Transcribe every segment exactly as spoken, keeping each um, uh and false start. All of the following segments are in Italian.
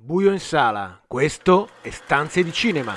Buio in sala, questo è Stanze di Cinema.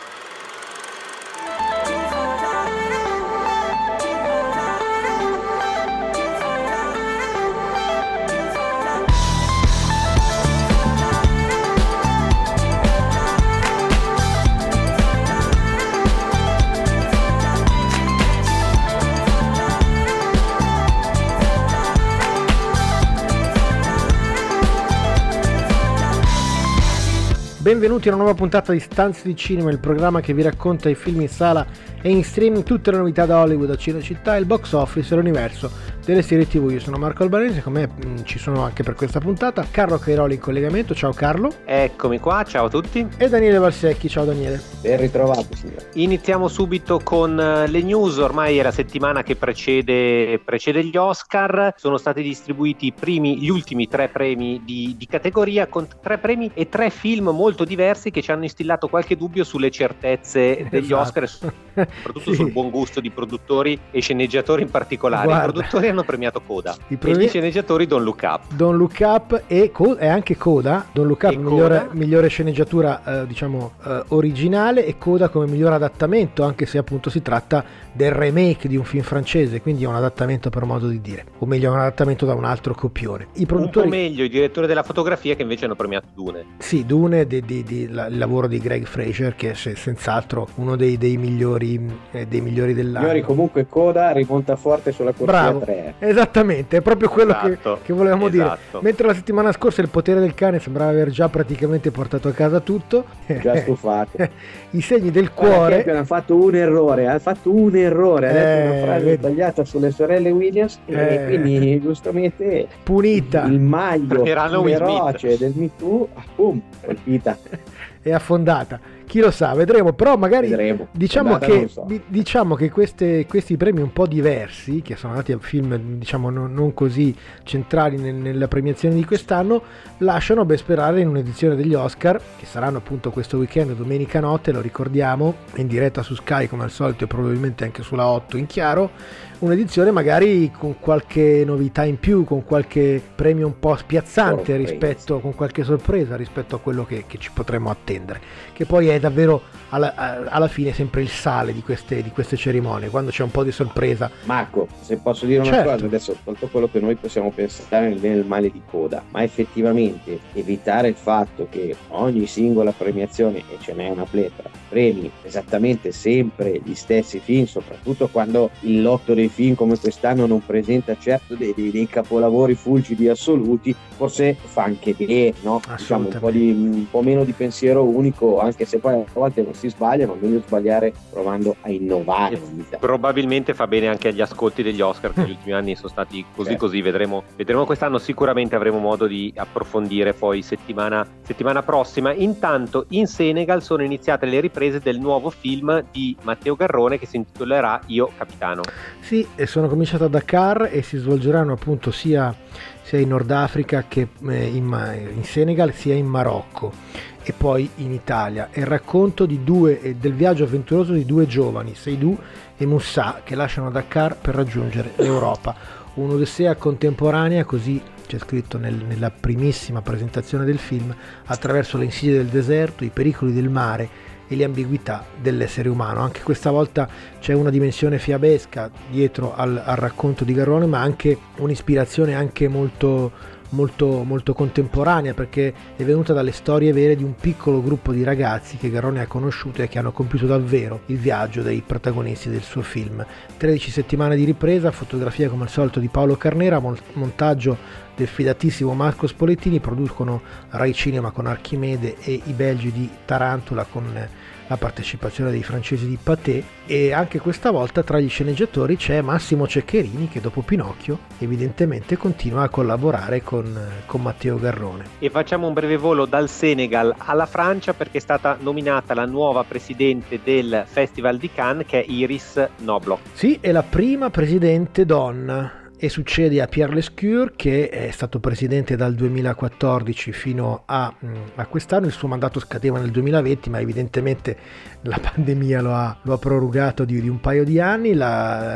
Benvenuti a una nuova puntata di Stanze di Cinema, il programma che vi racconta i film in sala e in streaming, tutte le novità da Hollywood a Cinecittà, il box office e l'universo delle serie tv. Io sono Marco Albanese, con me mh, ci sono anche per questa puntata Carlo Cairoli in collegamento. Ciao Carlo. Eccomi qua, ciao a tutti. E Daniele Valsecchi. Ciao Daniele. Ben ritrovato, signore. Iniziamo subito con le news. Ormai è la settimana che precede, precede gli Oscar. Sono stati distribuiti i primi, gli ultimi tre premi di, di categoria, con tre premi e tre film molto diversi che ci hanno instillato qualche dubbio sulle certezze degli Esatto. Oscar, soprattutto Sì. sul buon gusto di produttori e sceneggiatori in particolare. Guarda. I produttori hanno premiato Coda I e premi- gli sceneggiatori Don't Look Up. Don't Look Up e, Co- e anche Coda. Don't Look Up E migliore, Coda. migliore sceneggiatura eh, diciamo eh, originale, e Coda come miglior adattamento, anche se appunto si tratta del remake di un film francese, quindi è un adattamento per modo di dire, o meglio è un adattamento da un altro copione. I Un po' produttori meglio i direttori della fotografia, che invece hanno premiato Dune. Sì, Dune, di, di, di- la- il lavoro di Greg Fraser, che è se- senz'altro uno dei, dei migliori eh, dei migliori dell'anno. Signori, comunque Coda rimonta forte sulla corsia Bravo, tre. esattamente, è proprio quello Esatto, che, che volevamo esatto. dire. Mentre la settimana scorsa Il potere del cane sembrava aver già praticamente portato a casa tutto, Già stufato. i segni del Guarda cuore. che hanno fatto un errore, ha fatto un errore, ha detto Eh, una frase vedi. sbagliata sulle sorelle Williams Eh. e quindi giustamente Punita il maglio Premieranno Will feroce Smith. del Me Too, ah, boom, colpita. è affondata. Chi lo sa, vedremo, però magari Vedremo. diciamo Andata che, non so. di- diciamo che queste, questi premi un po' diversi, che sono andati a film diciamo non, non così centrali nel- nella premiazione di quest'anno, lasciano ben sperare in un'edizione degli Oscar, che saranno appunto questo weekend, domenica notte, lo ricordiamo, in diretta su Sky come al solito e probabilmente anche sulla otto in chiaro. Un'edizione magari con qualche novità in più, con qualche premio un po' spiazzante, Sorpresa. rispetto, con qualche sorpresa rispetto a quello che, che ci potremmo attendere, che poi è davvero alla, a- alla fine sempre il sale di queste, di queste cerimonie, quando c'è un po' di sorpresa. Marco, se posso dire una Certo. cosa, adesso tutto quello che noi possiamo pensare nel bene e nel male di Coda, ma effettivamente evitare il fatto che ogni singola premiazione, e ce n'è una pletora, premi esattamente sempre gli stessi film, soprattutto quando il lotto dei film come quest'anno non presenta certo dei, dei, dei capolavori fulgidi assoluti, forse fa anche bene, no? Diciamo un po', di, un po' meno di pensiero unico, anche se poi a volte non si sbaglia, ma meglio sbagliare provando a innovare in vita. Probabilmente fa bene anche agli ascolti degli Oscar, che negli ultimi anni sono stati così Certo. così. Vedremo, vedremo quest'anno, sicuramente avremo modo di approfondire poi settimana, settimana prossima. Intanto in Senegal sono iniziate le riprese del nuovo film di Matteo Garrone che si intitolerà Io Capitano. Sì, e sono cominciato a Dakar e si svolgeranno appunto sia, sia in Nord Africa che eh, in, Ma- in Senegal, sia in Marocco e poi in Italia. È il racconto di due, eh, del viaggio avventuroso di due giovani, Seydou e Moussa, che lasciano Dakar per raggiungere l'Europa. Un'odissea contemporanea, così c'è scritto nel- nella primissima presentazione del film, attraverso le insidie del deserto, i pericoli del mare e le ambiguità dell'essere umano. Anche questa volta c'è una dimensione fiabesca dietro al, al racconto di Garrone, ma anche un'ispirazione anche molto, molto, molto contemporanea, perché è venuta dalle storie vere di un piccolo gruppo di ragazzi che Garrone ha conosciuto e che hanno compiuto davvero il viaggio dei protagonisti del suo film. tredici settimane di ripresa, fotografia come al solito di Paolo Carnera, mon- montaggio del fidatissimo Marco Spolettini, producono Rai Cinema con Archimede e i belgi di Tarantula con la partecipazione dei francesi di Pathé, e anche questa volta tra gli sceneggiatori c'è Massimo Ceccherini, che dopo Pinocchio evidentemente continua a collaborare con, con Matteo Garrone. E facciamo un breve volo dal Senegal alla Francia, perché è stata nominata la nuova presidente del Festival di Cannes, che è Iris Knobloch. Sì, è la prima presidente donna, e succede a Pierre Lescure, che è stato presidente dal duemilaquattordici fino a, a quest'anno. Il suo mandato scadeva nel duemilaventi, ma evidentemente la pandemia lo ha, lo ha prorogato di, di un paio di anni. La,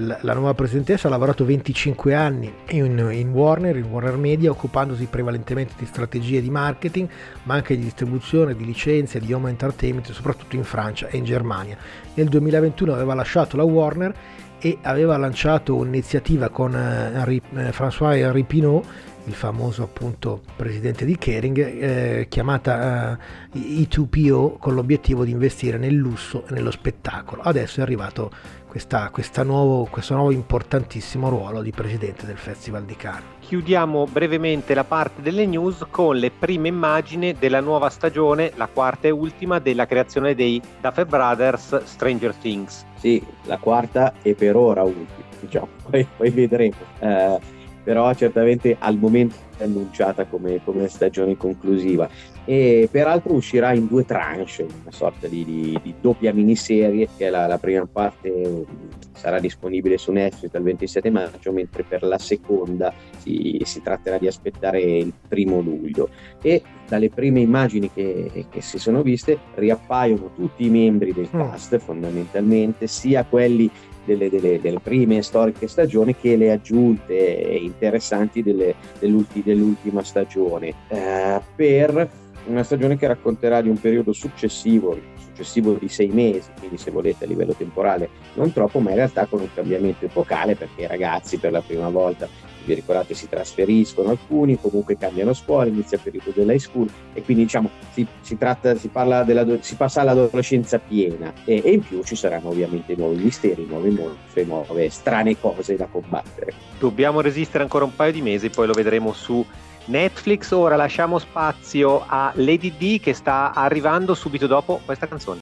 la, la nuova presidentessa ha lavorato venticinque anni in, in Warner, in Warner Media, occupandosi prevalentemente di strategie di marketing, ma anche di distribuzione, di licenze, di home entertainment, soprattutto in Francia e in Germania. Nel duemilaventuno aveva lasciato la Warner e aveva lanciato un'iniziativa con Henri, eh, François-Henri Pinault, il famoso appunto presidente di Kering, eh, chiamata eh, E due P O, con l'obiettivo di investire nel lusso e nello spettacolo. Adesso è arrivato questa, questa nuovo, questo nuovo importantissimo ruolo di presidente del Festival di Cannes. Chiudiamo brevemente la parte delle news con le prime immagini della nuova stagione, la quarta e ultima, della creazione dei Duffer Brothers Stranger Things. Sì, la quarta e per ora ultima, diciamo, poi, poi vedremo. Eh, però certamente al momento è annunciata come, come stagione conclusiva, e peraltro uscirà in due tranche, una sorta di, di, di doppia miniserie, che la, la prima parte sarà disponibile su Netflix dal ventisette maggio, mentre per la seconda si, si tratterà di aspettare il primo luglio. E dalle prime immagini che, che si sono viste riappaiono tutti i membri del cast, fondamentalmente, sia quelli Delle, delle, delle prime storiche stagioni che le aggiunte interessanti delle, dell'ulti, dell'ultima stagione, eh, per una stagione che racconterà di un periodo successivo successivo di sei mesi, quindi se volete a livello temporale non troppo, ma in realtà con un cambiamento epocale, perché i ragazzi per la prima volta, vi ricordate, si trasferiscono, alcuni comunque cambiano scuola, inizia il periodo dell'high school, e quindi diciamo si, si tratta si parla della si passa all'adolescenza piena, e, e in più ci saranno ovviamente nuovi misteri, nuovi mostri, nuove strane cose da combattere. Dobbiamo resistere ancora un paio di mesi, poi lo vedremo su Netflix. Ora lasciamo spazio a Lady D, che sta arrivando subito dopo questa canzone.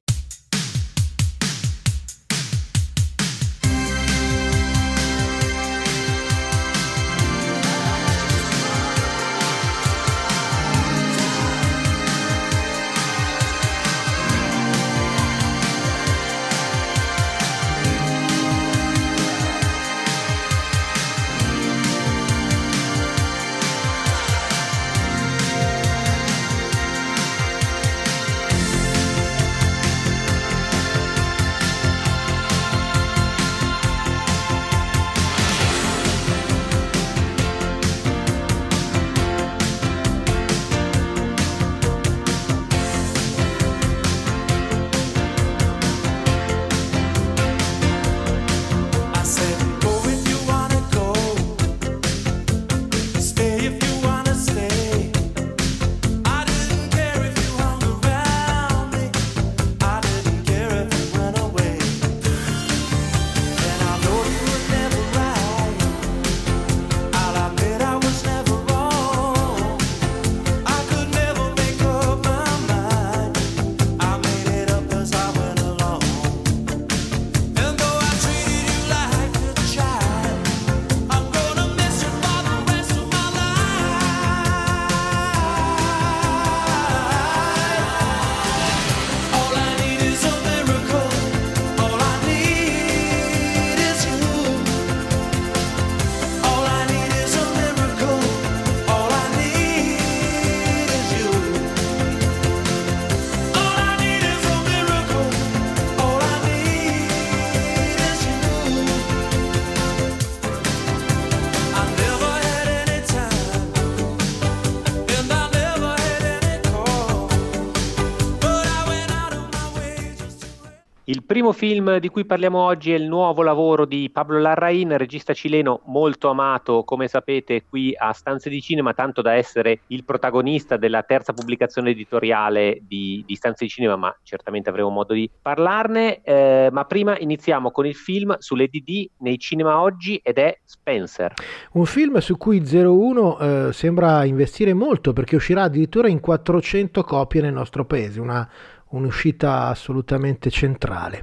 Il primo film di cui parliamo oggi è il nuovo lavoro di Pablo Larraín, regista cileno molto amato, come sapete, qui a Stanze di Cinema, tanto da essere il protagonista della terza pubblicazione editoriale di, di Stanze di Cinema, ma certamente avremo modo di parlarne. Eh, ma prima iniziamo con il film sull'E D D nei cinema oggi, ed è Spencer. Un film su cui zero uno eh, sembra investire molto, perché uscirà addirittura in quattrocento copie nel nostro paese, una un'uscita assolutamente centrale.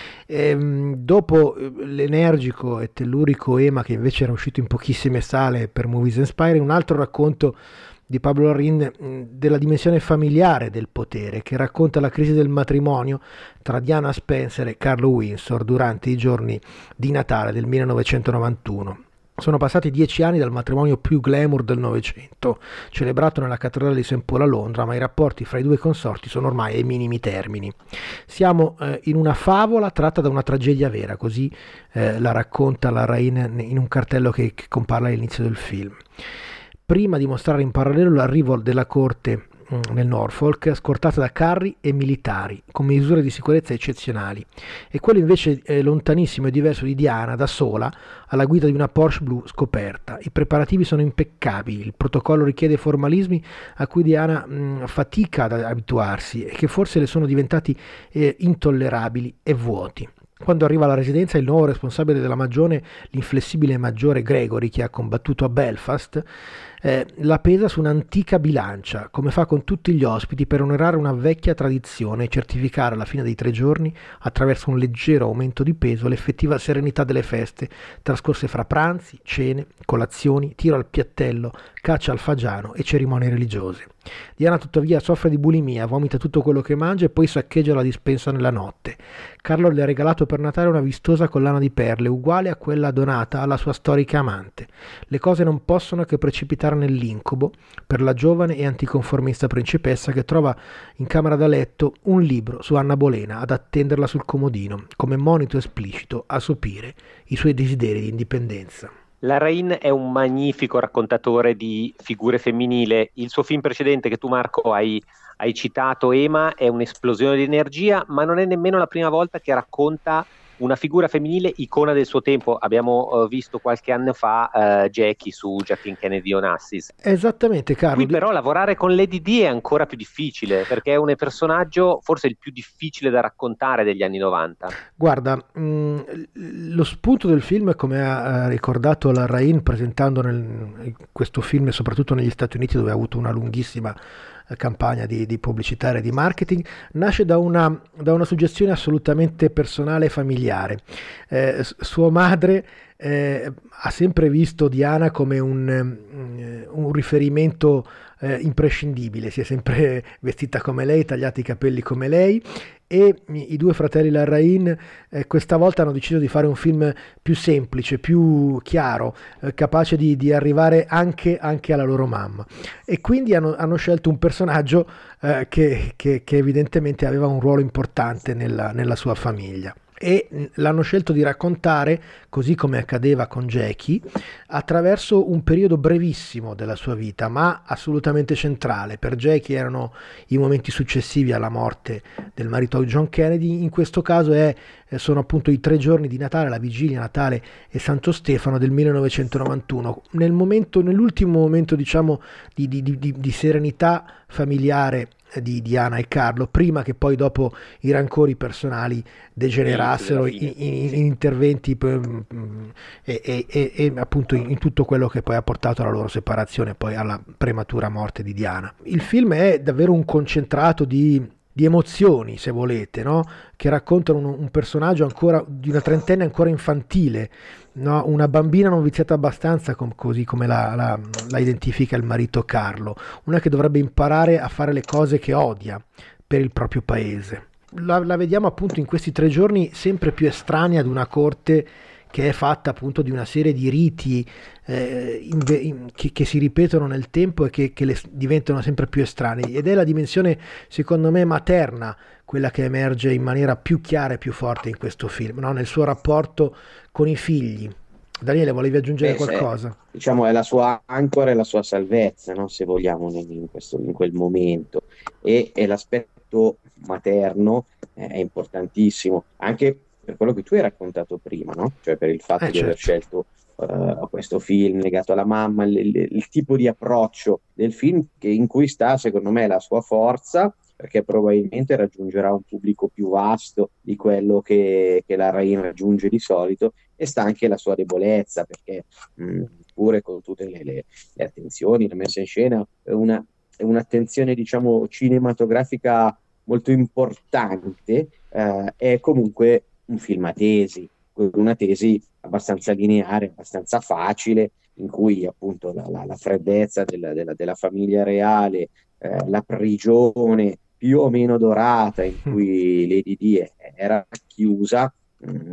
E, dopo l'energico e tellurico Ema, che invece era uscito in pochissime sale per Movies Inspiring, un altro racconto di Pablo Larraín della dimensione familiare del potere, che racconta la crisi del matrimonio tra Diana Spencer e Carlo Windsor durante i giorni di Natale del millenovecentonovantuno. Sono passati dieci anni dal matrimonio più glamour del Novecento, celebrato nella cattedrale di Saint Paul a Londra, ma i rapporti fra i due consorti sono ormai ai minimi termini. Siamo eh, in una favola tratta da una tragedia vera, così eh, la racconta Larraín in un cartello che, che compare all'inizio del film. Prima di mostrare in parallelo l'arrivo della corte nel Norfolk, scortata da carri e militari con misure di sicurezza eccezionali, e quello invece è lontanissimo e diverso di Diana, da sola alla guida di una Porsche blu scoperta. I preparativi sono impeccabili, il protocollo richiede formalismi a cui Diana mh, fatica ad abituarsi e che forse le sono diventati eh, intollerabili e vuoti. Quando arriva alla residenza, il nuovo responsabile della magione, l'inflessibile maggiore Gregory, che ha combattuto a Belfast, eh, la pesa su un'antica bilancia, come fa con tutti gli ospiti, per onorare una vecchia tradizione e certificare alla fine dei tre giorni, attraverso un leggero aumento di peso, l'effettiva serenità delle feste, trascorse fra pranzi, cene, colazioni, tiro al piattello, caccia al fagiano e cerimonie religiose. Diana tuttavia soffre di bulimia, vomita tutto quello che mangia e poi saccheggia la dispensa nella notte. Carlo le ha regalato per Natale una vistosa collana di perle, uguale a quella donata alla sua storica amante. Le cose non possono che precipitare nell'incubo per la giovane e anticonformista principessa, che trova in camera da letto un libro su Anna Bolena ad attenderla sul comodino, come monito esplicito a sopire i suoi desideri di indipendenza. Larraín è un magnifico raccontatore di figure femminili. Il suo film precedente che tu, Marco, hai, hai citato, Ema, è un'esplosione di energia, ma non è nemmeno la prima volta che racconta una figura femminile icona del suo tempo. Abbiamo uh, visto qualche anno fa uh, Jackie su Jacqueline Kennedy Onassis. Esattamente, Carlo. Qui però lavorare con Lady Di è ancora più difficile, perché è un personaggio forse il più difficile da raccontare degli anni novanta. Guarda, mh, lo spunto del film, come ha ricordato Larraín presentando nel, questo film soprattutto negli Stati Uniti, dove ha avuto una lunghissima campagna di, di pubblicità e di marketing, nasce da una, da una suggestione assolutamente personale e familiare. Eh, sua madre eh, ha sempre visto Diana come un, un riferimento eh, imprescindibile, si è sempre vestita come lei, tagliati i capelli come lei, e i due fratelli Larraín eh, questa volta hanno deciso di fare un film più semplice, più chiaro, eh, capace di, di arrivare anche, anche alla loro mamma, e quindi hanno, hanno scelto un personaggio eh, che, che, che evidentemente aveva un ruolo importante nella, nella sua famiglia, e l'hanno scelto di raccontare, così come accadeva con Jackie, attraverso un periodo brevissimo della sua vita, ma assolutamente centrale. Per Jackie erano i momenti successivi alla morte del marito John Kennedy, in questo caso è, sono appunto i tre giorni di Natale, la vigilia, Natale e Santo Stefano del millenovecentonovantuno, nel momento, nell'ultimo momento, diciamo, di, di, di, di serenità familiare di Diana e Carlo, prima che poi dopo i rancori personali degenerassero in, in, in interventi e, e, e, e appunto in, in tutto quello che poi ha portato alla loro separazione, poi alla prematura morte di Diana. Il film è davvero un concentrato di, di emozioni, se volete, no? Che raccontano un, un personaggio ancora di una trentenne ancora infantile, no? Una bambina non viziata abbastanza, com- così come la, la, la identifica il marito Carlo, una che dovrebbe imparare a fare le cose che odia per il proprio paese. La, la vediamo appunto in questi tre giorni sempre più estranea ad una corte che è fatta appunto di una serie di riti eh, in, in, che, che si ripetono nel tempo e che, che le diventano sempre più estranei, ed è la dimensione secondo me materna quella che emerge in maniera più chiara e più forte in questo film, no? Nel suo rapporto con i figli. Daniele, volevi aggiungere Beh, qualcosa? Se, diciamo è la sua ancora e la sua salvezza, no? Se vogliamo, in, questo, in quel momento, e, e l'aspetto materno eh, è importantissimo anche per quello che tu hai raccontato prima, no? Cioè per il fatto Eh, di aver certo. scelto uh, questo film legato alla mamma, il, il, il tipo di approccio del film che, in cui sta, secondo me, la sua forza, perché probabilmente raggiungerà un pubblico più vasto di quello che, che Larraín raggiunge di solito, e sta anche la sua debolezza, perché mh, pure con tutte le, le, le attenzioni, la messa in scena, è una, è un'attenzione, diciamo, cinematografica molto importante, eh, è comunque un film a tesi, una tesi abbastanza lineare, abbastanza facile, in cui appunto la, la, la freddezza della, della, della famiglia reale, eh, la prigione più o meno dorata in cui Lady Di era chiusa, mh,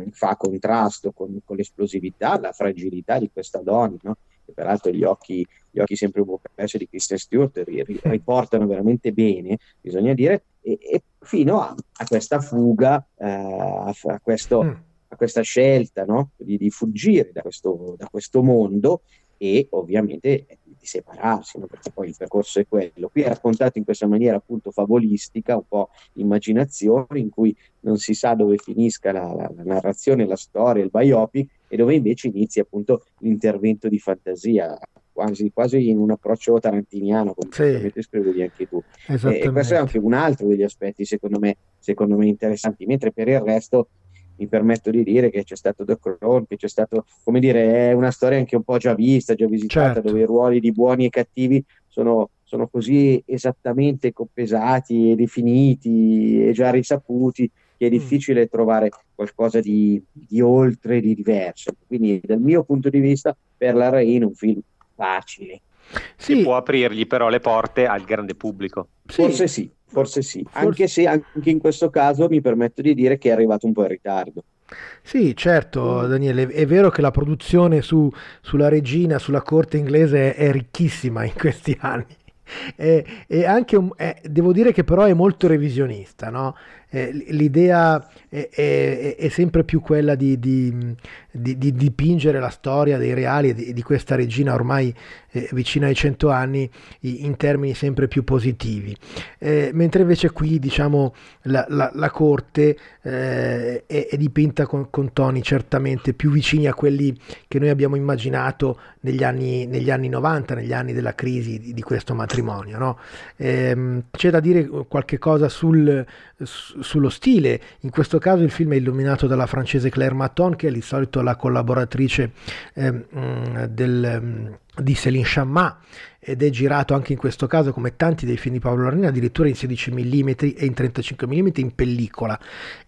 mh, fa contrasto con, con l'esplosività, la fragilità di questa donna, no? E peraltro gli occhi, gli occhi sempre un po' persi di Kristen Stewart ri, ri, riportano veramente bene, bisogna dire, e, e fino a, a questa fuga, eh, a, a, questo, Mm. a questa scelta, no? di, di fuggire da questo, da questo mondo e ovviamente di separarsi, no? Perché poi il percorso è quello. Qui è raccontato in questa maniera appunto favolistica, un po' immaginazione, in cui non si sa dove finisca la, la, la narrazione, la storia, il biopic, e dove invece inizia appunto l'intervento di fantasia, quasi, quasi in un approccio tarantiniano, come Sì, certamente scrivevi anche tu. E, e questo è esattamente. anche un altro degli aspetti secondo me, secondo me interessanti, mentre per il resto mi permetto di dire che c'è stato The Crown, che c'è stato, come dire, è una storia anche un po' già vista, già visitata, Certo. dove i ruoli di buoni e cattivi sono, sono così esattamente compesati e definiti e già risaputi, che è difficile trovare qualcosa di, di oltre, di diverso. Quindi dal mio punto di vista, per la Rain un film facile. Sì. Che può Sì, aprirgli però le porte al grande pubblico. sì, Forse sì, forse sì, forse- anche se anche in questo caso mi permetto di dire che è arrivato un po' in ritardo. Sì, certo, Daniele, è vero che la produzione su- sulla regina, sulla corte inglese è, è ricchissima in questi anni. E, e anche un- è- devo dire che però è molto revisionista, no? Eh, l- l'idea è, è- è sempre più quella di, di- di- di dipingere la storia dei reali e di, di questa regina ormai eh, vicina ai cento anni i- in termini sempre più positivi. Eh, mentre invece qui, diciamo, la, la- la corte eh, è, è dipinta con, con toni certamente più vicini a quelli che noi abbiamo immaginato negli anni, negli anni novanta, negli anni della crisi di, di questo matrimonio, no? Ehm, c'è da dire qualche cosa sul, su- sullo stile. In questo caso il film è illuminato dalla francese Claire Maton, che è di solito la collaboratrice ehm, mm, del, mm, di Céline Sciamma, ed è girato anche in questo caso, come tanti dei film di Paolo Larraín, addirittura in sedici millimetri e in trentacinque millimetri in pellicola,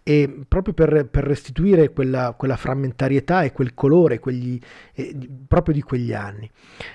e proprio per, per restituire quella, quella frammentarietà e quel colore quegli, eh, di- proprio di quegli anni.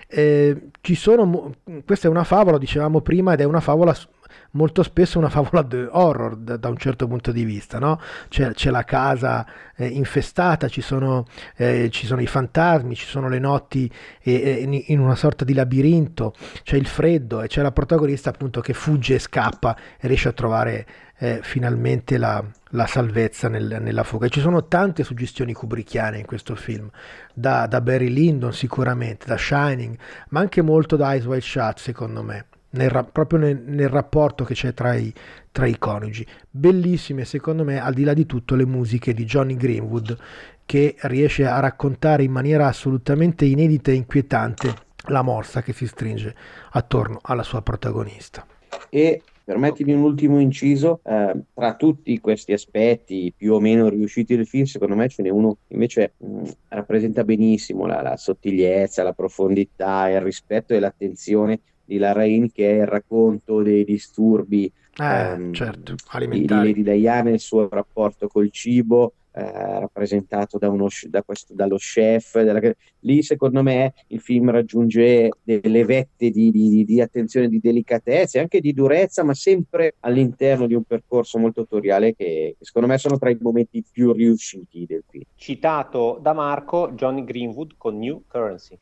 Eh, ci sono, mo- questa è una favola, dicevamo prima, ed è una favola s- molto spesso una favola de horror da, da un certo punto di vista, no? C'è, c'è la casa eh, infestata, ci sono, eh, ci sono i fantasmi, ci sono le notti eh, eh, in, in una sorta di labirinto, c'è il freddo e c'è la protagonista appunto che fugge e scappa e riesce a trovare eh, finalmente la, la salvezza nel- nella fuga. E ci sono tante suggestioni kubrickiane in questo film, da, da Barry Lyndon sicuramente, da Shining, ma anche molto da Eyes Wide Shut secondo me, nel ra- proprio nel, nel rapporto che c'è tra i, tra i coniugi. Bellissime secondo me, al di là di tutto, le musiche di Johnny Greenwood, che riesce a raccontare in maniera assolutamente inedita e inquietante la morsa che si stringe attorno alla sua protagonista. E permettimi un ultimo inciso, eh, tra tutti questi aspetti più o meno riusciti del film, secondo me ce n'è uno che invece mh, rappresenta benissimo la, la sottigliezza, la profondità, il rispetto e l'attenzione di Larraín, che è il racconto dei disturbi Eh, ehm, certo, di, di alimentari. Lady Diana e il suo rapporto col cibo, eh, rappresentato da uno, da questo, dallo chef. Della, lì secondo me il film raggiunge delle vette di, di, di attenzione, di delicatezza e anche di durezza, ma sempre all'interno di un percorso molto autoriale che, che secondo me sono tra i momenti più riusciti del film. Citato da Marco, Johnny Greenwood con New Currency.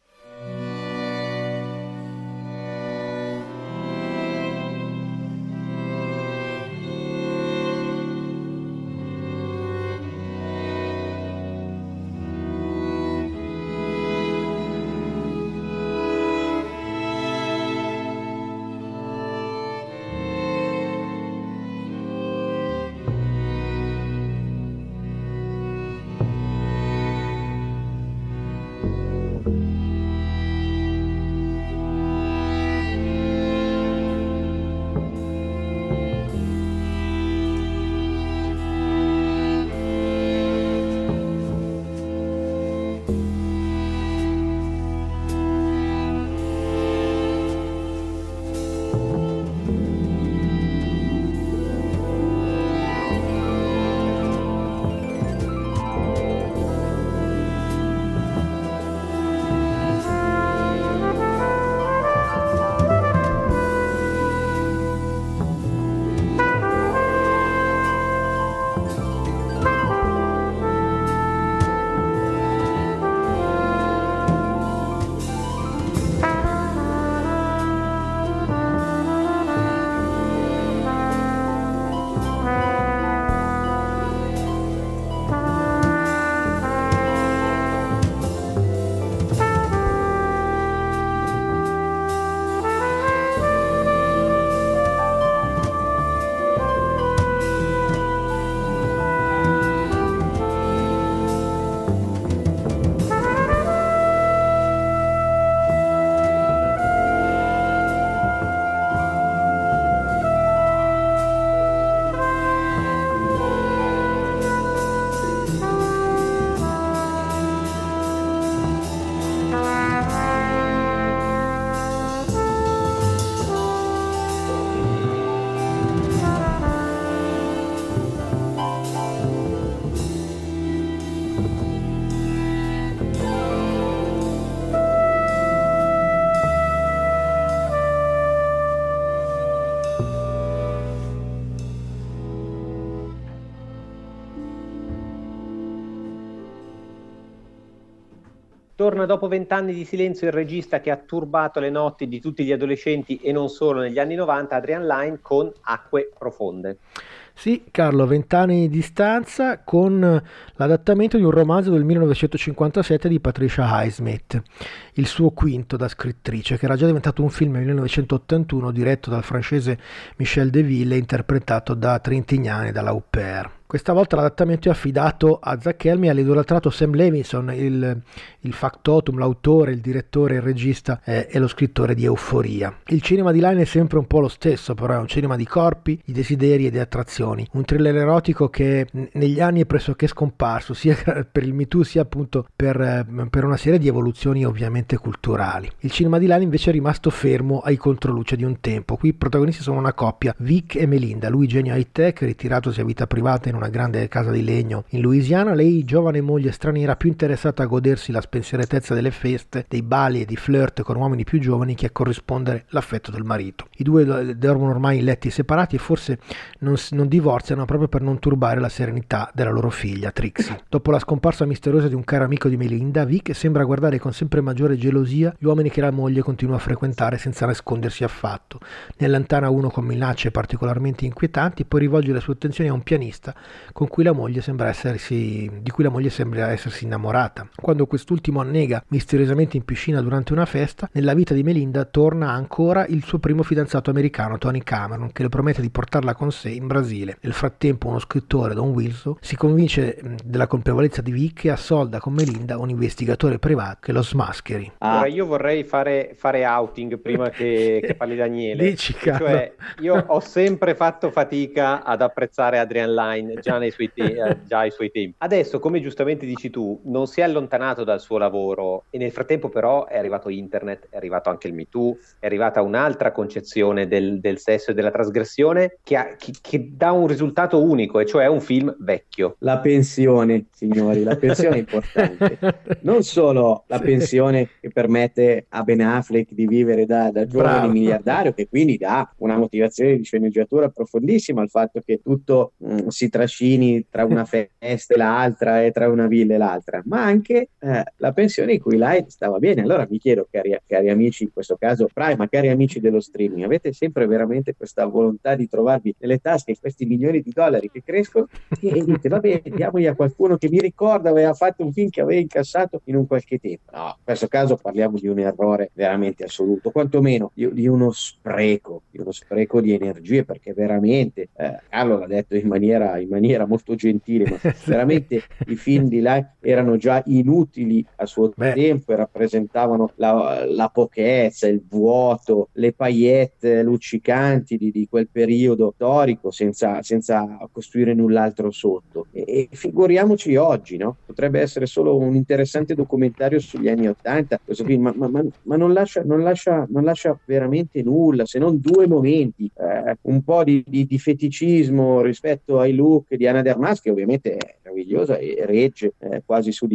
Torna dopo vent'anni di silenzio il regista che ha turbato le notti di tutti gli adolescenti e non solo negli anni novanta, Adrian Lyne, con Acque profonde. Sì, Carlo, vent'anni di distanza con l'adattamento di un romanzo del millenovecentocinquantasette di Patricia Highsmith, il suo quinto da scrittrice, che era già diventato un film nel millenovecentottantuno diretto dal francese Michel Deville e interpretato da Trintignani e dalla Huppert. Questa volta l'adattamento è affidato a Zac Helmy e all'idolatrato Sam Levinson, il, il factotum, l'autore, il direttore, il regista eh, e lo scrittore di Euforia. Il cinema di Lyne è sempre un po' lo stesso, però è un cinema di corpi, di desideri e di attrazioni. Un thriller erotico che negli anni è pressoché scomparso, sia per il Me Too sia appunto per, per una serie di evoluzioni ovviamente culturali. Il cinema di Lyne invece è rimasto fermo ai controluce di un tempo. Qui i protagonisti sono una coppia, Vic e Melinda, lui genio high-tech, ritiratosi a vita privata in una grande casa di legno in Louisiana, lei giovane moglie straniera più interessata a godersi la spensieratezza delle feste, dei balli e di flirt con uomini più giovani che a corrispondere l'affetto del marito. I due dormono ormai in letti separati e forse non, non divorziano proprio per non turbare la serenità della loro figlia Trixie. Dopo la scomparsa misteriosa di un caro amico di Melinda, Vic sembra guardare con sempre maggiore gelosia gli uomini che la moglie continua a frequentare senza nascondersi affatto. Ne allontana uno con minacce particolarmente inquietanti, poi rivolge le sue attenzioni a un pianista con cui la moglie sembra essersi, di cui la moglie sembra essersi innamorata. Quando quest'ultimo annega misteriosamente in piscina durante una festa, nella vita di Melinda torna ancora il suo primo fidanzato americano, Tony Cameron, che le promette di portarla con sé in Brasile. Nel frattempo uno scrittore, Don Wilson, si convince della colpevolezza di Vic e assolda con Melinda un investigatore privato che lo smascheri. Ah. Ora io vorrei fare, fare outing prima che, che parli Daniele. Dici, cioè, io ho sempre fatto fatica ad apprezzare Adrian Lyne già nei suoi, te- eh, già ai suoi tempi. Adesso, come giustamente dici tu, non si è allontanato dal suo lavoro e nel frattempo però è arrivato internet, è arrivato anche il Me Too, è arrivata un'altra concezione del, del sesso e della trasgressione che, ha, che, che dà un risultato unico, e cioè un film vecchio. La pensione, signori, la pensione è importante. Non solo la sì. pensione che permette a Ben Affleck di vivere da, da giovane Bravo. miliardario, che quindi dà una motivazione di sceneggiatura profondissima al fatto che tutto mh, si trascini tra una festa e l'altra e tra una villa e l'altra, ma anche eh, la pensione in cui lei stava bene. Allora vi chiedo, cari, cari amici, in questo caso Prime, ma cari amici dello streaming, avete sempre veramente questa volontà di trovarvi nelle tasche questi milioni di dollari che crescono e, e dite, vabbè, diamogli a qualcuno che mi ricorda aveva fatto un film che aveva incassato in un qualche tempo? No, in questo caso parliamo di un errore veramente assoluto, quantomeno di, di uno spreco, di uno spreco di energie, perché veramente, eh, Carlo l'ha detto in maniera, in maniera molto gentile, ma veramente i film di là erano già inutili a suo Beh. tempo e rappresentavano la, la pochezza, il vuoto, le paillette luccicanti di, di quel periodo storico senza, senza costruire null'altro sotto. E, e figuriamoci oggi, no? Potrebbe essere solo un interessante documentario sugli anni Ottanta, questo film, ma, ma, ma, ma non, lascia, non, lascia, non lascia veramente nulla, se non due momenti, eh, un po' di, di, di feticismo rispetto ai look di Ana de Armas, che ovviamente è meravigliosa e regge eh, quasi su di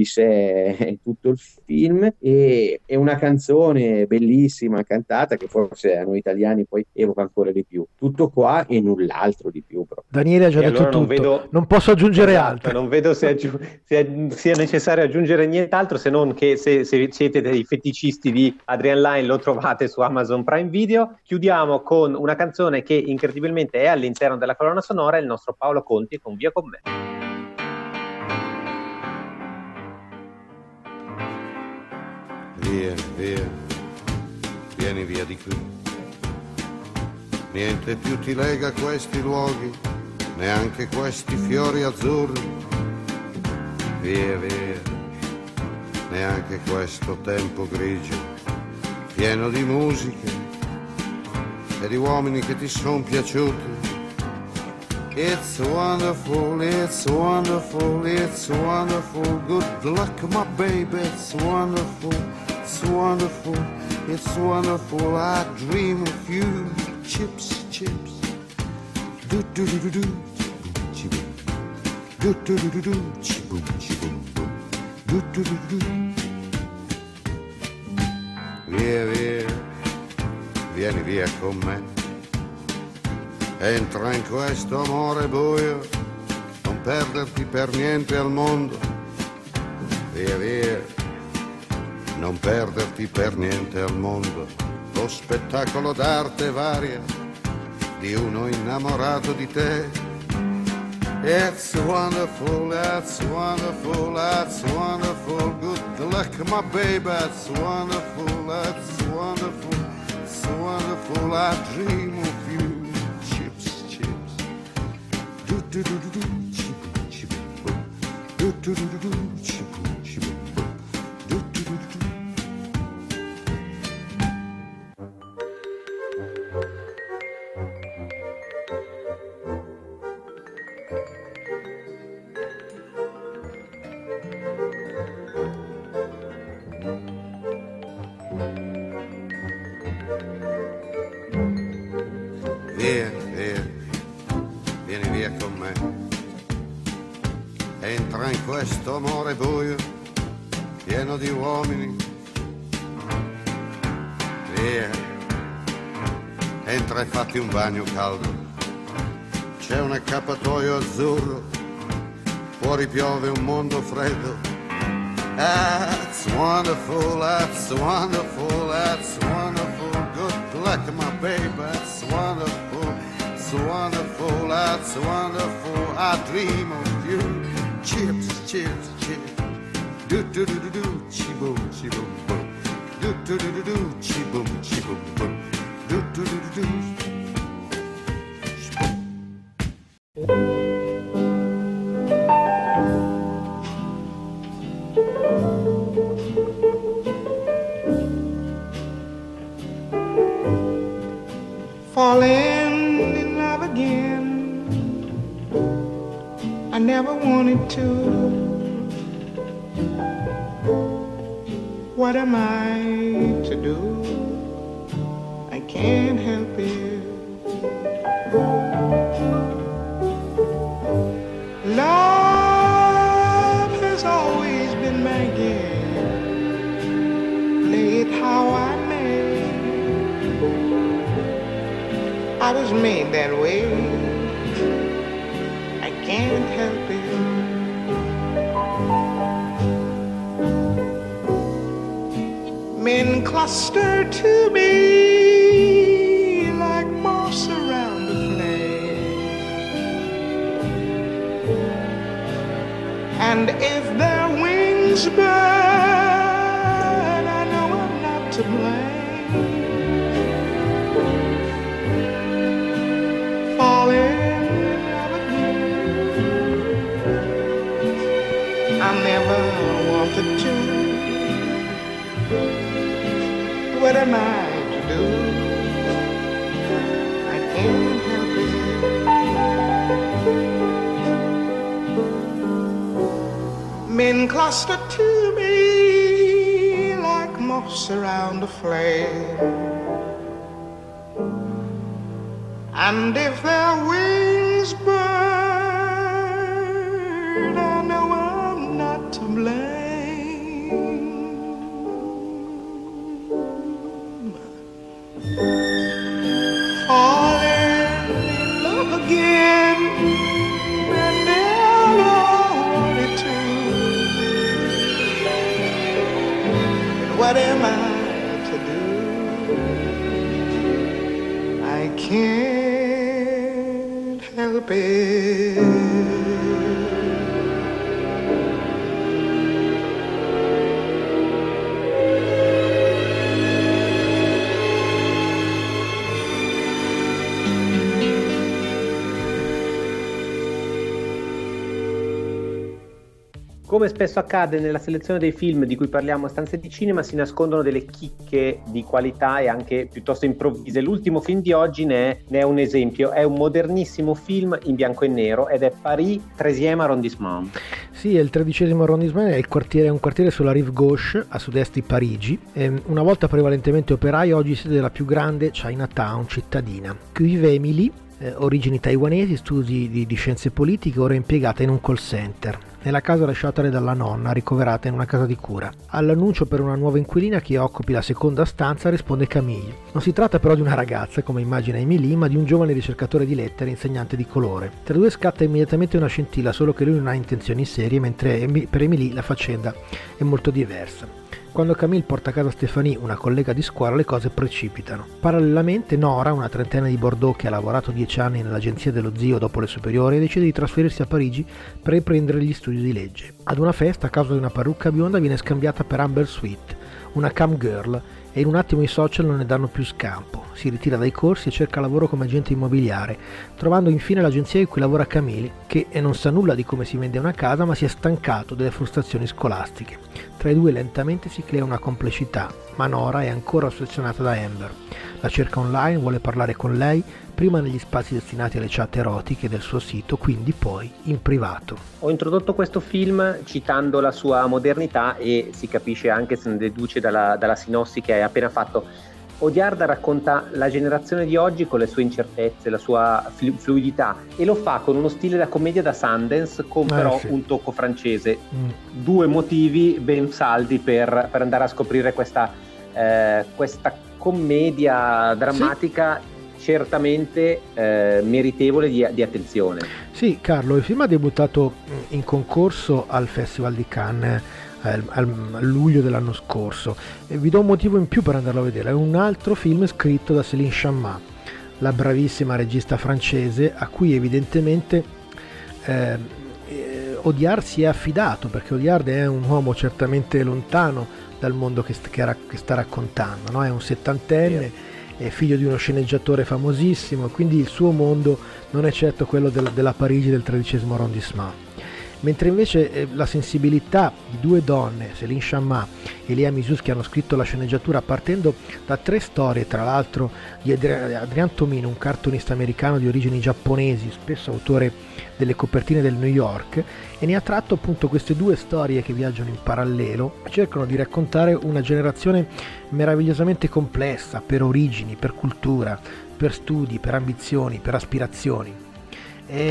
sé tutto il film, e, e una canzone bellissima cantata che forse a noi italiani poi evoca ancora di più. Tutto qua e null'altro di più. Proprio. Daniele ha già e detto allora tutto, non, vedo... non posso aggiungere esatto, altro. Non vedo se aggi... se sia necessario aggiungere nient'altro, se non che se, se siete dei feticisti di Adrian Lyne lo trovate su Amazon Prime Video. Chiudiamo con una canzone che incredibilmente è all'interno della colonna sonora, il nostro Paolo Conti con Via con me. Via, via, vieni via di qui. Niente più ti lega a questi luoghi, neanche questi fiori azzurri. Via, via, neanche questo tempo grigio, pieno di musiche e di uomini che ti son piaciuti. It's wonderful, it's wonderful, it's wonderful. Good luck, my baby, it's wonderful, it's wonderful, it's wonderful. I dream of you, chips, chips. Do do do do do, chiboom. Do do do do do, chiboom, chiboom, boom. Do do do do do. Via, via, vieni via con me. Entra in questo amore buio, non perderti per niente al mondo. Via, via, non perderti per niente al mondo lo spettacolo d'arte varia di uno innamorato di te. It's wonderful, it's wonderful, it's wonderful. Good luck, my baby, it's wonderful, it's wonderful, it's wonderful. I dream of you. Chips, chips. Do do do do do. Chip, chip, do do do do do. Chip, chip, do do do do do. Via, via, vieni via con me. Entra in questo amore buio, pieno di uomini. Via, entra e fatti un bagno caldo. C'è un accappatoio azzurro, fuori piove un mondo freddo. That's wonderful, that's wonderful, that's wonderful. Good luck, my baby, that's wonderful, it's wonderful, that's wonderful. I dream of you. Chips, chips, chips. Do do do do do, chi boom, chi boom boom. Do do do do do, chi boom, chi boom boom. Do do do do do. Falling in love again, I never wanted to. What am I to do? I can't help it. Love has always been my game. Play it how I may. I was made that way. I can't help it. Men cluster to me like moss around a flame, and if their wings burn, I know I'm not to blame. Falling in love again, I never wanted to. What am I to do? I can't help it. Men cluster to me like moths around a flame, and if their wings burn, I know I'm not to blame. Falling in love again, and never wanted to. But what am I to do? I can't help it. Come spesso accade nella selezione dei film di cui parliamo a Stanze di Cinema, si nascondono delle chicche di qualità e anche piuttosto improvvise. L'ultimo film di oggi ne è, ne è un esempio. È un modernissimo film in bianco e nero ed è Paris treizième arrondissement. Sì, è il tredicesimo arrondissement, è, il quartiere, è un quartiere sulla Rive Gauche, a sud-est di Parigi. È una volta prevalentemente operaio, oggi sede della più grande Chinatown cittadina. Qui vive Emily, eh, origini taiwanesi, studi di, di scienze politiche, ora impiegata in un call center. Nella casa lasciatale dalla nonna, ricoverata in una casa di cura. All'annuncio per una nuova inquilina che occupi la seconda stanza risponde Camille. Non si tratta però di una ragazza, come immagina Emily, ma di un giovane ricercatore di lettere, insegnante di colore. Tra i due scatta immediatamente una scintilla, solo che lui non ha intenzioni serie, mentre per Emily la faccenda è molto diversa. Quando Camille porta a casa Stéphanie, una collega di scuola, le cose precipitano. Parallelamente Nora, una trentenne di Bordeaux che ha lavorato dieci anni nell'agenzia dello zio dopo le superiori, decide di trasferirsi a Parigi per riprendere gli studi di legge. Ad una festa, a causa di una parrucca bionda, viene scambiata per Amber Sweet, una cam girl, e in un attimo i social non ne danno più scampo. Si ritira dai corsi e cerca lavoro come agente immobiliare, trovando infine l'agenzia in cui lavora Camille, che non sa nulla di come si vende una casa, ma si è stancato delle frustrazioni scolastiche. Tra i due lentamente si crea una complicità, ma Nora è ancora ossessionata da Amber. La cerca online, vuole parlare con lei, prima negli spazi destinati alle chat erotiche del suo sito, quindi poi in privato. Ho introdotto questo film citando la sua modernità e si capisce anche, se ne deduce dalla, dalla sinossi che hai appena fatto. Odiarda racconta la generazione di oggi con le sue incertezze, la sua fluidità, e lo fa con uno stile da commedia da Sundance, con però eh, sì. un tocco francese. Mm. Due motivi ben saldi per, per andare a scoprire questa, eh, questa commedia drammatica, sì. certamente eh, meritevole di, di attenzione. Sì, Carlo, il film ha debuttato in concorso al Festival di Cannes a luglio dell'anno scorso, e vi do un motivo in più per andarlo a vedere. È un altro film scritto da Céline Sciamma, la bravissima regista francese a cui evidentemente eh, eh, Audiard si è affidato, perché Audiard è un uomo certamente lontano dal mondo che, st- che, ra- che sta raccontando, no? È un settantenne, è figlio di uno sceneggiatore famosissimo, quindi il suo mondo non è certo quello del- della Parigi del tredicesimo arrondissement. Mentre invece eh, la sensibilità di due donne, Céline Sciamma e Léa Mysus, che hanno scritto la sceneggiatura partendo da tre storie, tra l'altro di Adri- Adrian Tomino, un cartoonista americano di origini giapponesi, spesso autore delle copertine del New York, e ne ha tratto appunto queste due storie che viaggiano in parallelo, cercano di raccontare una generazione meravigliosamente complessa per origini, per cultura, per studi, per ambizioni, per aspirazioni. E,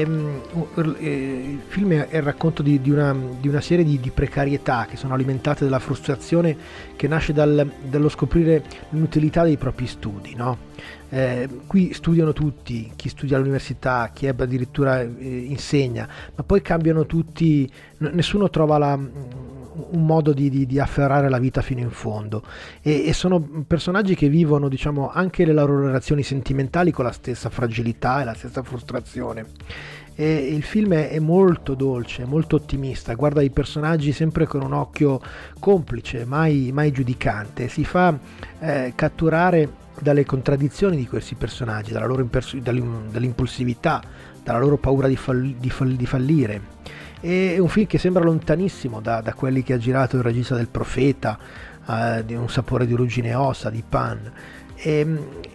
eh, il film è il racconto di, di, una, di una serie di, di precarietà che sono alimentate dalla frustrazione che nasce dal, dallo scoprire l'inutilità dei propri studi, no? Eh, qui studiano tutti, chi studia all'università, chi addirittura eh, insegna, ma poi cambiano tutti, n- nessuno trova la, un modo di, di, di afferrare la vita fino in fondo, e, e sono personaggi che vivono, diciamo, anche le loro relazioni sentimentali con la stessa fragilità e la stessa frustrazione. E il film è, è molto dolce, è molto ottimista, guarda i personaggi sempre con un occhio complice, mai, mai giudicante, si fa eh, catturare dalle contraddizioni di questi personaggi, dalla loro impers- dall'impulsività, dalla loro paura di, fall- di, fall- di fallire. È un film che sembra lontanissimo da, da quelli che ha girato il regista del Profeta, uh, di Un sapore di ruggine e ossa, di Pan. E,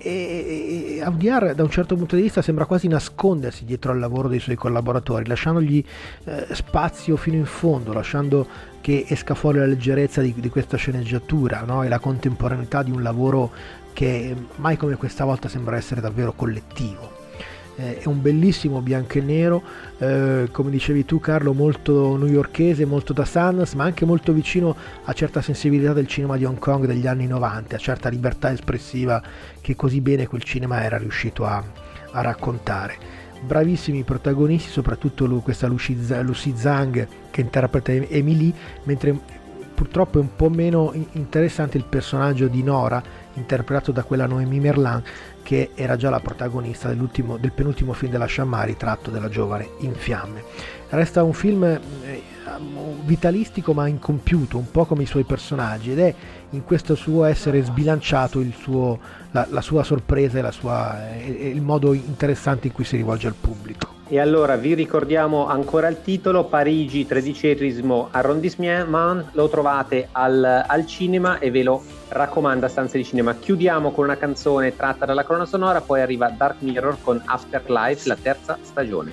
e, e Audiard, da un certo punto di vista, sembra quasi nascondersi dietro al lavoro dei suoi collaboratori, lasciandogli eh, spazio fino in fondo, lasciando che esca fuori la leggerezza di, di questa sceneggiatura, no? E la contemporaneità di un lavoro che mai come questa volta sembra essere davvero collettivo. Eh, è un bellissimo bianco e nero, eh, come dicevi tu Carlo, molto newyorkese, molto da Sundance, ma anche molto vicino a certa sensibilità del cinema di Hong Kong degli anni novanta, a certa libertà espressiva che così bene quel cinema era riuscito a, a raccontare. Bravissimi protagonisti, soprattutto questa Lucy, Lucy Zhang che interpreta Emily, mentre purtroppo è un po' meno interessante il personaggio di Nora, interpretato da quella Noémie Merlan, che era già la protagonista dell'ultimo, del penultimo film della Sciamma, Ritratto della giovane in fiamme. Resta un film eh, vitalistico ma incompiuto, un po' come i suoi personaggi, ed è in questo suo essere sbilanciato il suo, la, la sua sorpresa e la sua, eh, il modo interessante in cui si rivolge al pubblico. E allora vi ricordiamo ancora il titolo: Parigi tredicesimo arrondissement. Lo trovate al, al cinema e ve lo raccomanda Stanze di Cinema. Chiudiamo con una canzone tratta dalla colonna sonora, poi arriva Dark Mirror con Afterlife, la terza stagione.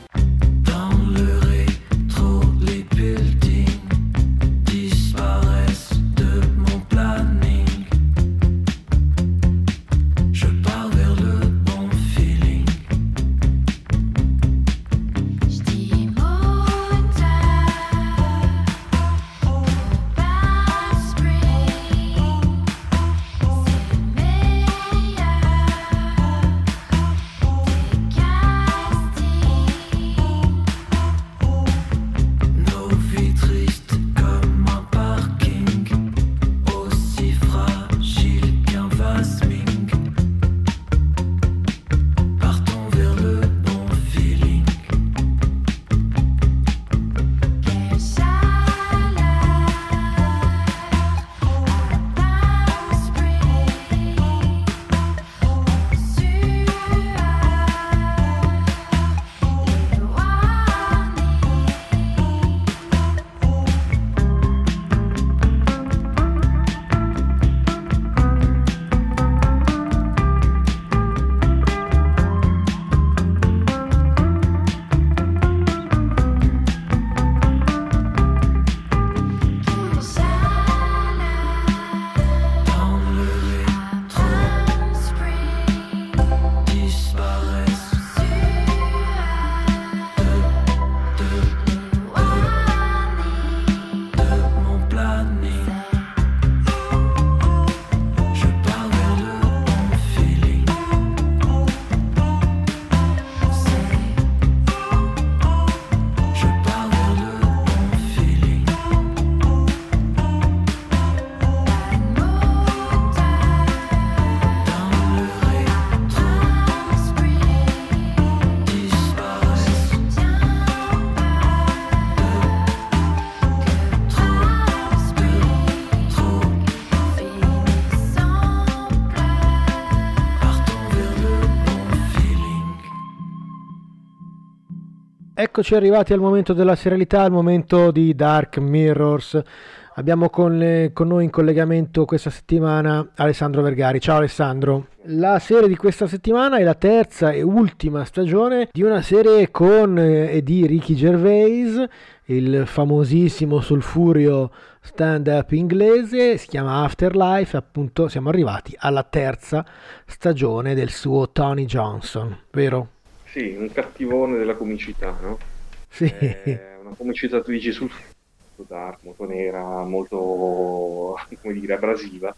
Eccoci arrivati al momento della serialità, al momento di Dark Mirrors. Abbiamo con, le- con noi in collegamento questa settimana Alessandro Vergari. Ciao Alessandro. La serie di questa settimana è la terza e ultima stagione di una serie con eh, e di Ricky Gervais, il famosissimo sulfurio stand-up inglese, si chiama Afterlife, appunto siamo arrivati alla terza stagione del suo Tony Johnson, vero? Sì, un cattivone della comicità, no? Sì. È una comicità, tu dici, sul molto dark, molto nera, molto, come dire, abrasiva.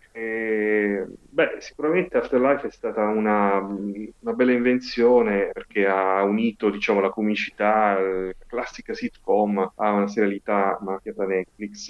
E, beh, sicuramente Afterlife è stata una, una bella invenzione perché ha unito, diciamo, la comicità, eh, la classica sitcom, a una serialità marchiata Netflix,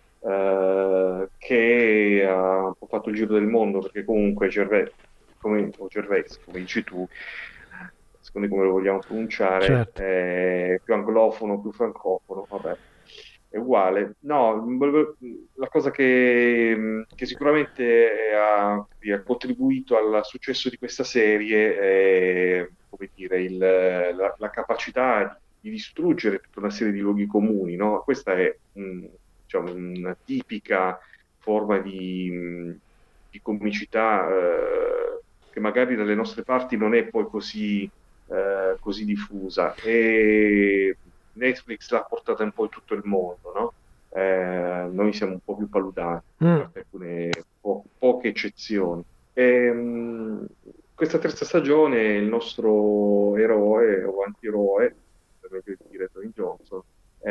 eh, che ha un po' fatto il giro del mondo perché comunque Gervais, come, o Gervais, come dici tu, secondo come lo vogliamo pronunciare, Certo. è più anglofono, più francofono, vabbè, è uguale. No, volevo- la cosa che, che sicuramente ha, ha contribuito al successo di questa serie è, come dire, il- la, la capacità di distruggere tutta una serie di luoghi comuni, no? Questa è mm, diciamo, una tipica forma di, di comicità eh, che magari dalle nostre parti non è poi così eh, così diffusa e Netflix l'ha portata un po' in tutto il mondo, no? Eh, noi siamo un po' più paludati, Mm. per alcune po- poche eccezioni. E, mh, questa terza stagione il nostro eroe o antieroe, per meglio dire Tony Johnson,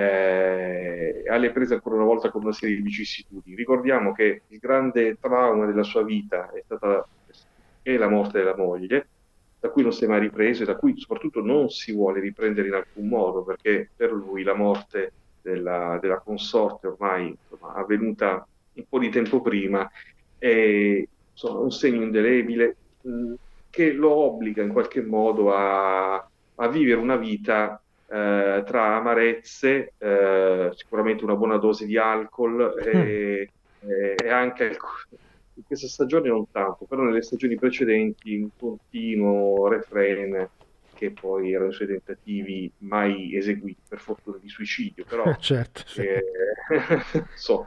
eh, ha le prese ancora una volta con una serie di vicissitudini. Ricordiamo che il grande trauma della sua vita è stata è la morte della moglie, da cui non si è mai ripreso e da cui soprattutto non si vuole riprendere in alcun modo, perché per lui la morte della, della consorte ormai insomma, avvenuta un po' di tempo prima è insomma, un segno indelebile mh, che lo obbliga in qualche modo a, a vivere una vita eh, tra amarezze, eh, sicuramente una buona dose di alcol e, e- e anche alc- in questa stagione non tanto, però nelle stagioni precedenti un continuo refrain che poi erano i suoi tentativi mai eseguiti, per fortuna di suicidio, però Certo, sì. eh, so,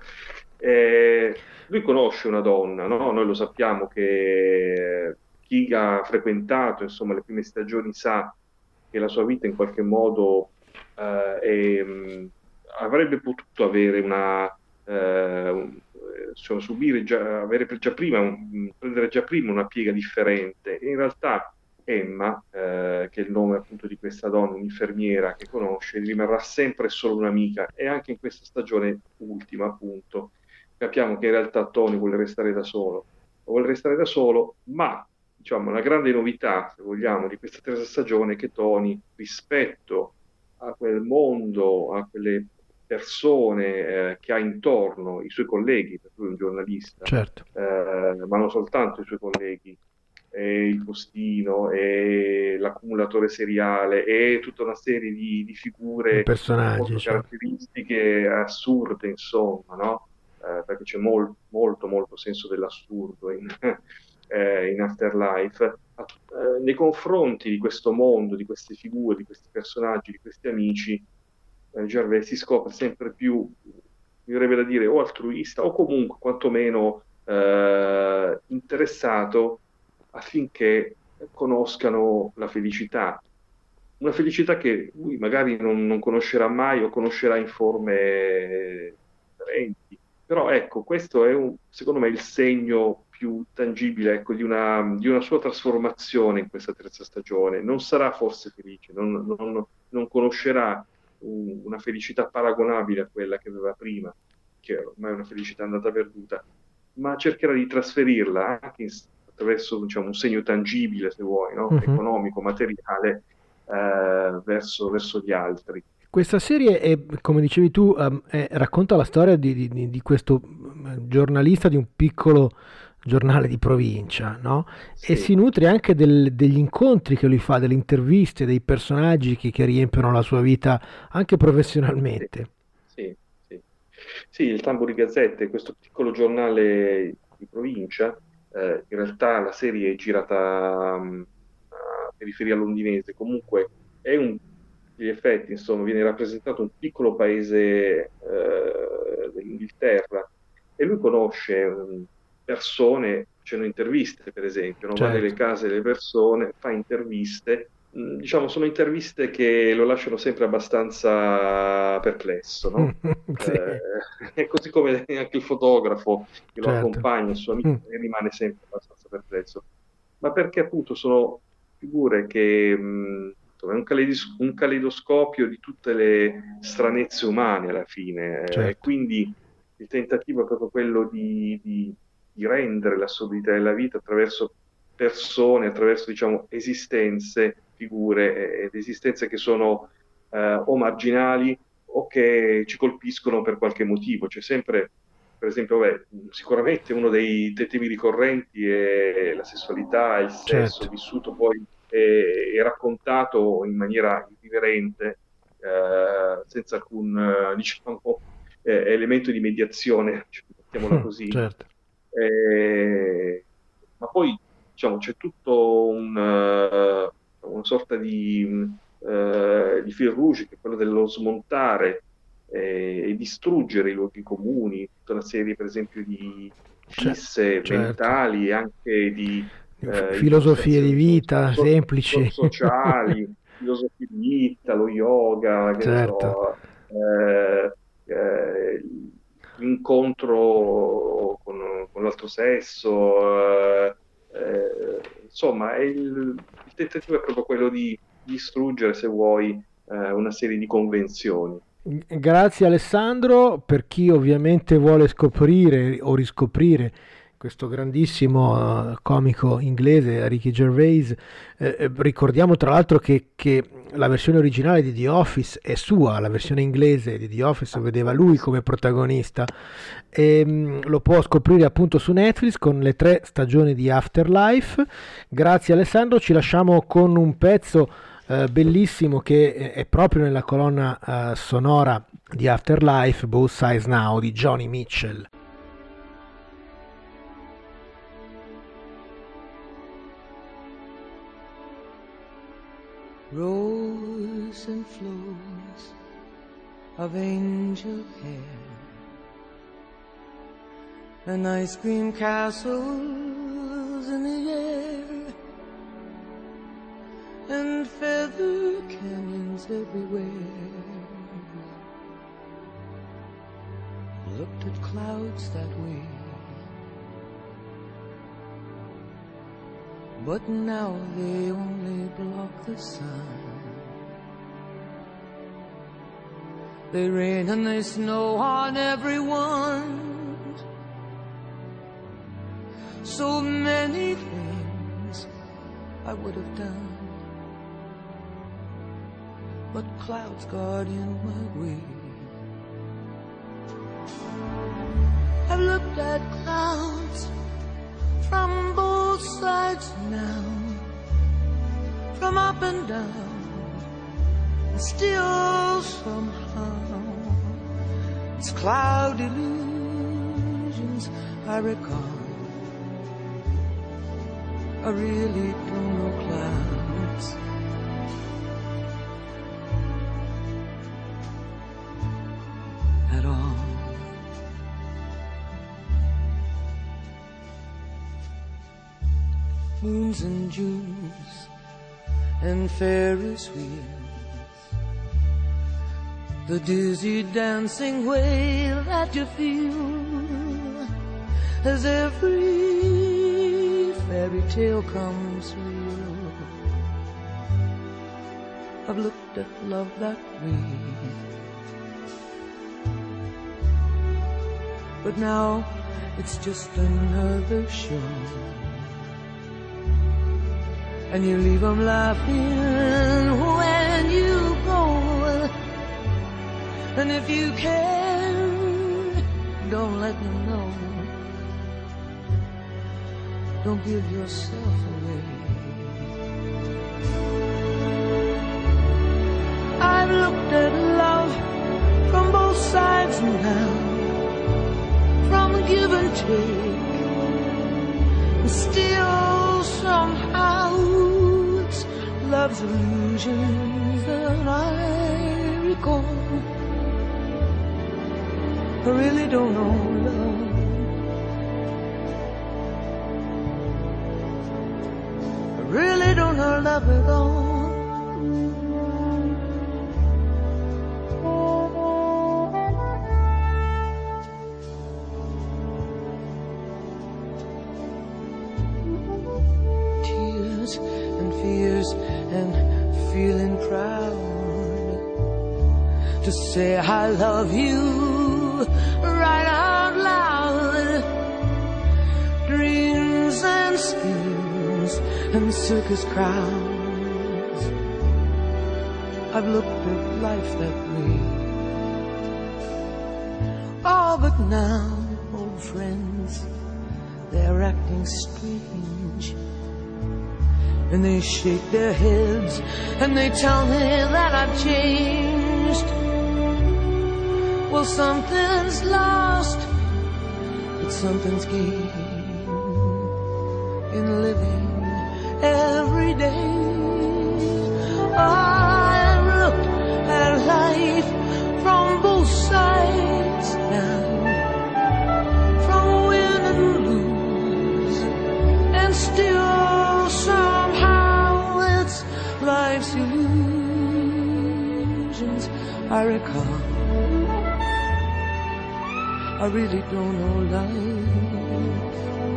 eh, lui conosce una donna, no? Noi lo sappiamo che chi ha frequentato insomma, le prime stagioni sa che la sua vita in qualche modo eh, è, mh, avrebbe potuto avere una eh, un- eh, cioè, subire già, avere per- già prima, un- prendere già prima una piega differente. E in realtà Emma, eh, che è il nome appunto di questa donna, un'infermiera che conosce, rimarrà sempre solo un'amica. E anche in questa stagione ultima, appunto, capiamo che in realtà Tony vuole restare da solo. Vuole restare da solo, ma diciamo, la grande novità, se vogliamo, di questa terza stagione è che Tony, rispetto a quel mondo, a quelle persone eh, che ha intorno, i suoi colleghi, per lui è un giornalista, Certo. eh, ma non soltanto i suoi colleghi, e il postino, e l'accumulatore seriale, e tutta una serie di, di I figure personaggi, molto certo. caratteristiche, assurde, insomma, no? Eh, perché c'è mol- molto, molto senso dell'assurdo in, eh, in Afterlife. Eh, nei confronti di questo mondo, di queste figure, di questi personaggi, di questi amici, eh, Gervais si scopre sempre più, mi verrebbe da dire, o altruista o comunque quantomeno eh, interessato affinché conoscano la felicità. Una felicità che lui magari non, non conoscerà mai o conoscerà in forme differenti. Però ecco, questo è un- secondo me il segno più tangibile, ecco, di una, di una sua trasformazione in questa terza stagione. Non sarà forse felice, non, non- non conoscerà un- una felicità paragonabile a quella che aveva prima, che ormai è una felicità andata perduta, ma cercherà di trasferirla anche in- attraverso, diciamo, un segno tangibile, se vuoi, no? Mhm. Economico, materiale, eh, verso, verso gli altri. Questa serie, è, come dicevi tu, ehm, è- racconta la storia di, di- di questo mm, giornalista di un piccolo giornale di provincia, no? E Sì, si nutre anche del- degli incontri che lui fa, delle interviste, dei personaggi che, che riempiono la sua vita anche sì, professionalmente. sì, sì. Sì, il Tamburi Gazzette, questo piccolo giornale di provincia, eh, in realtà la serie è girata mh, a periferia londinese, comunque è un tutti gli effetti, insomma, viene rappresentato un piccolo paese eh, dell'Inghilterra, e lui conosce mh, persone, facendo interviste, per esempio, no? Va Certo. nelle case delle persone, fa interviste. Mh, Diciamo, sono interviste che lo lasciano sempre abbastanza perplesso, no? Sì, Eh, così come anche il fotografo che lo certo. accompagna, il suo amico, Mm. e rimane sempre abbastanza perplesso. Ma perché appunto sono figure che mh, insomma, è un, caledis- un caleidoscopio di tutte le stranezze umane alla fine, eh, e Certo. quindi il tentativo è proprio quello di, di- di rendere l'assurdità della vita attraverso persone, attraverso, diciamo, esistenze, figure eh, ed esistenze che sono eh, o marginali o che ci colpiscono per qualche motivo. C'è sempre, per esempio, vabbè, sicuramente uno dei te- temi ricorrenti è la sessualità, il sesso, Certo. vissuto poi e, e raccontato in maniera irriverente, eh, senza alcun, eh, diciamo, eh, elemento di mediazione, mettiamola Mm, così. certo. Eh, ma poi, diciamo, c'è tutto un, eh, una sorta di, eh, di fil rouge, che è quello dello smontare eh, e distruggere i luoghi comuni, tutta una serie, per esempio, di Cer- fisse certo. mentali e anche di eh, Filosofie di impostazioni vita so- so- semplici. sociali, filosofie di vita, lo yoga, che ne Certo. so, eh, eh, l'incontro con, con l'altro sesso, eh, eh, insomma, è il, il tentativo è proprio quello di distruggere, se vuoi, eh, una serie di convenzioni. Grazie Alessandro. Per chi ovviamente vuole scoprire o riscoprire questo grandissimo eh, comico inglese Ricky Gervais, eh, eh, ricordiamo tra l'altro che, che la versione originale di The Office è sua, la versione inglese di The Office vedeva lui come protagonista, e mh, lo può scoprire appunto su Netflix con le tre stagioni di Afterlife. Grazie Alessandro, ci lasciamo con un pezzo eh, bellissimo che è proprio nella colonna eh, sonora di Afterlife, Both Sides Now di Joni Mitchell. Rose and flows of angel hair, and ice cream castles in the air, and feather canyons everywhere. Looked at clouds that way, but now they only block the sun. They rain and they snow on everyone. So many things I would have done, but clouds got in my way. I've looked at clouds from both sides now, from up and down, and still somehow it's cloud illusions I recall. I really don't know clouds. At all. Moons and Junes and Ferris wheels, the dizzy dancing way that you feel as every fairy tale comes real. I've looked at love that way, but now it's just another show. And you leave them laughing when you go. And if you can, don't let them know. Don't give yourself away. I've looked at love from both sides now, from give and take, and still somehow love's illusions that I go. I really don't know love. I really don't know love at all. Tears and fears and feeling proud to say I love you right out loud. Dreams and schemes and circus crowds, I've looked at life that way. Oh, but now, old friends, they're acting strange, and they shake their heads and they tell me that I've changed. Well, something's lost, but something's gained in living every day. I look at life from both sides now, from win and lose, and still somehow it's life's illusions I recall. I really don't know life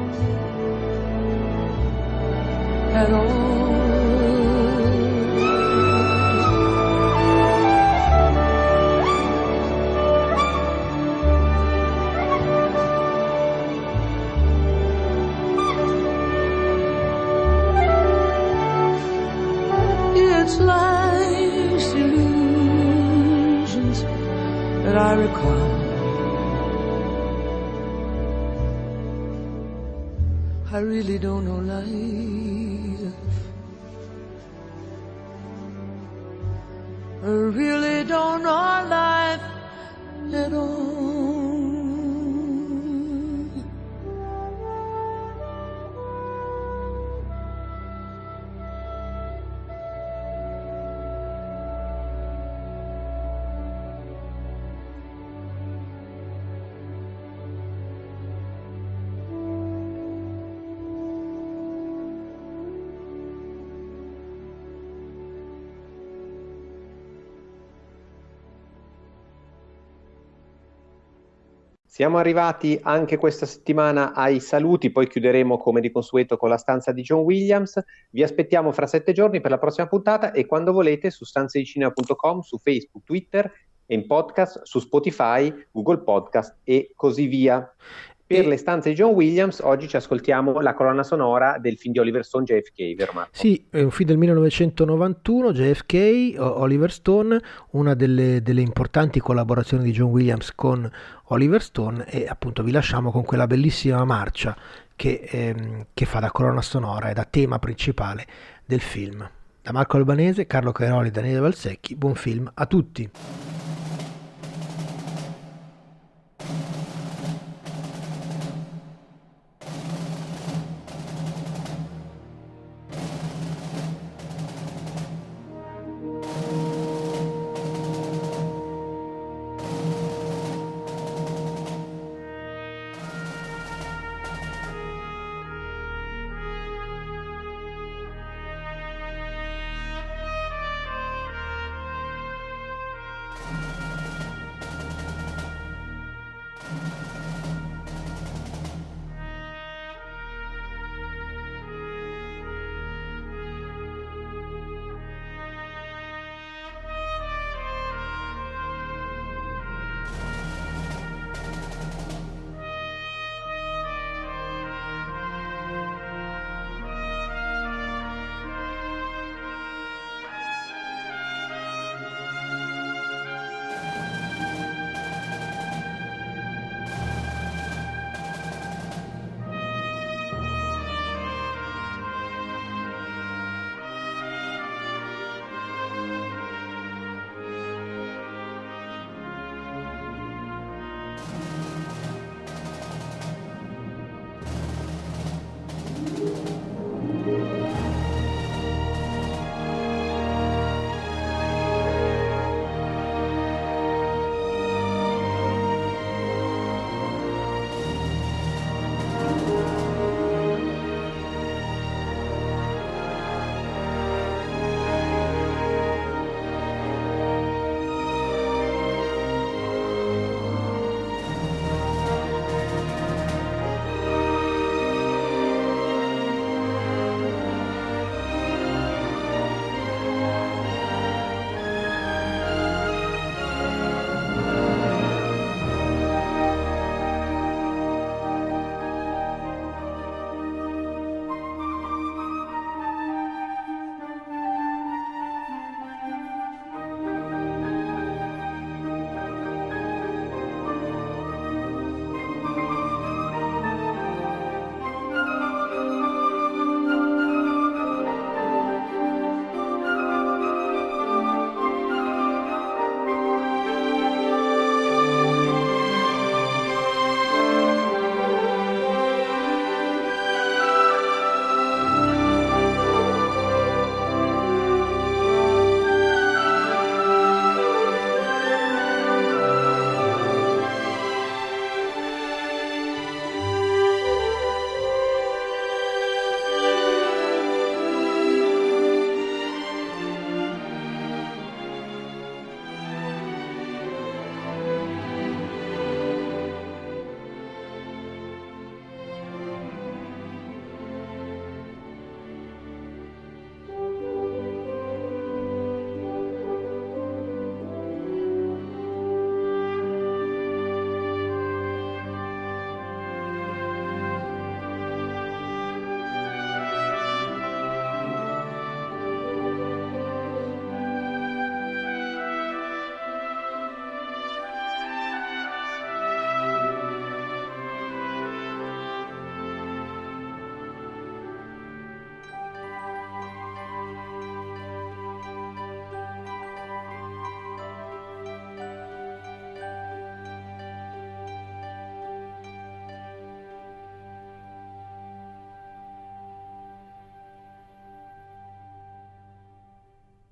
at all. It's life's illusions that I recall. I really don't know life. I really don't know life at all. Siamo arrivati anche questa settimana ai saluti, poi chiuderemo come di consueto con la stanza di John Williams. Vi aspettiamo fra sette giorni per la prossima puntata e quando volete su stanzedicinema punto com, su Facebook, Twitter e in podcast su Spotify, Google Podcast e così via. Per le stanze di John Williams oggi ci ascoltiamo la colonna sonora del film di Oliver Stone, J F K, vero Marco? Sì, è un film del millenovecentonovantuno, J F K, Oliver Stone, una delle, delle importanti collaborazioni di John Williams con Oliver Stone, e appunto vi lasciamo con quella bellissima marcia che, ehm, che fa da colonna sonora e da tema principale del film. Da Marco Albanese, Carlo Cairoli e Daniele Valsecchi, buon film a tutti! Thank you.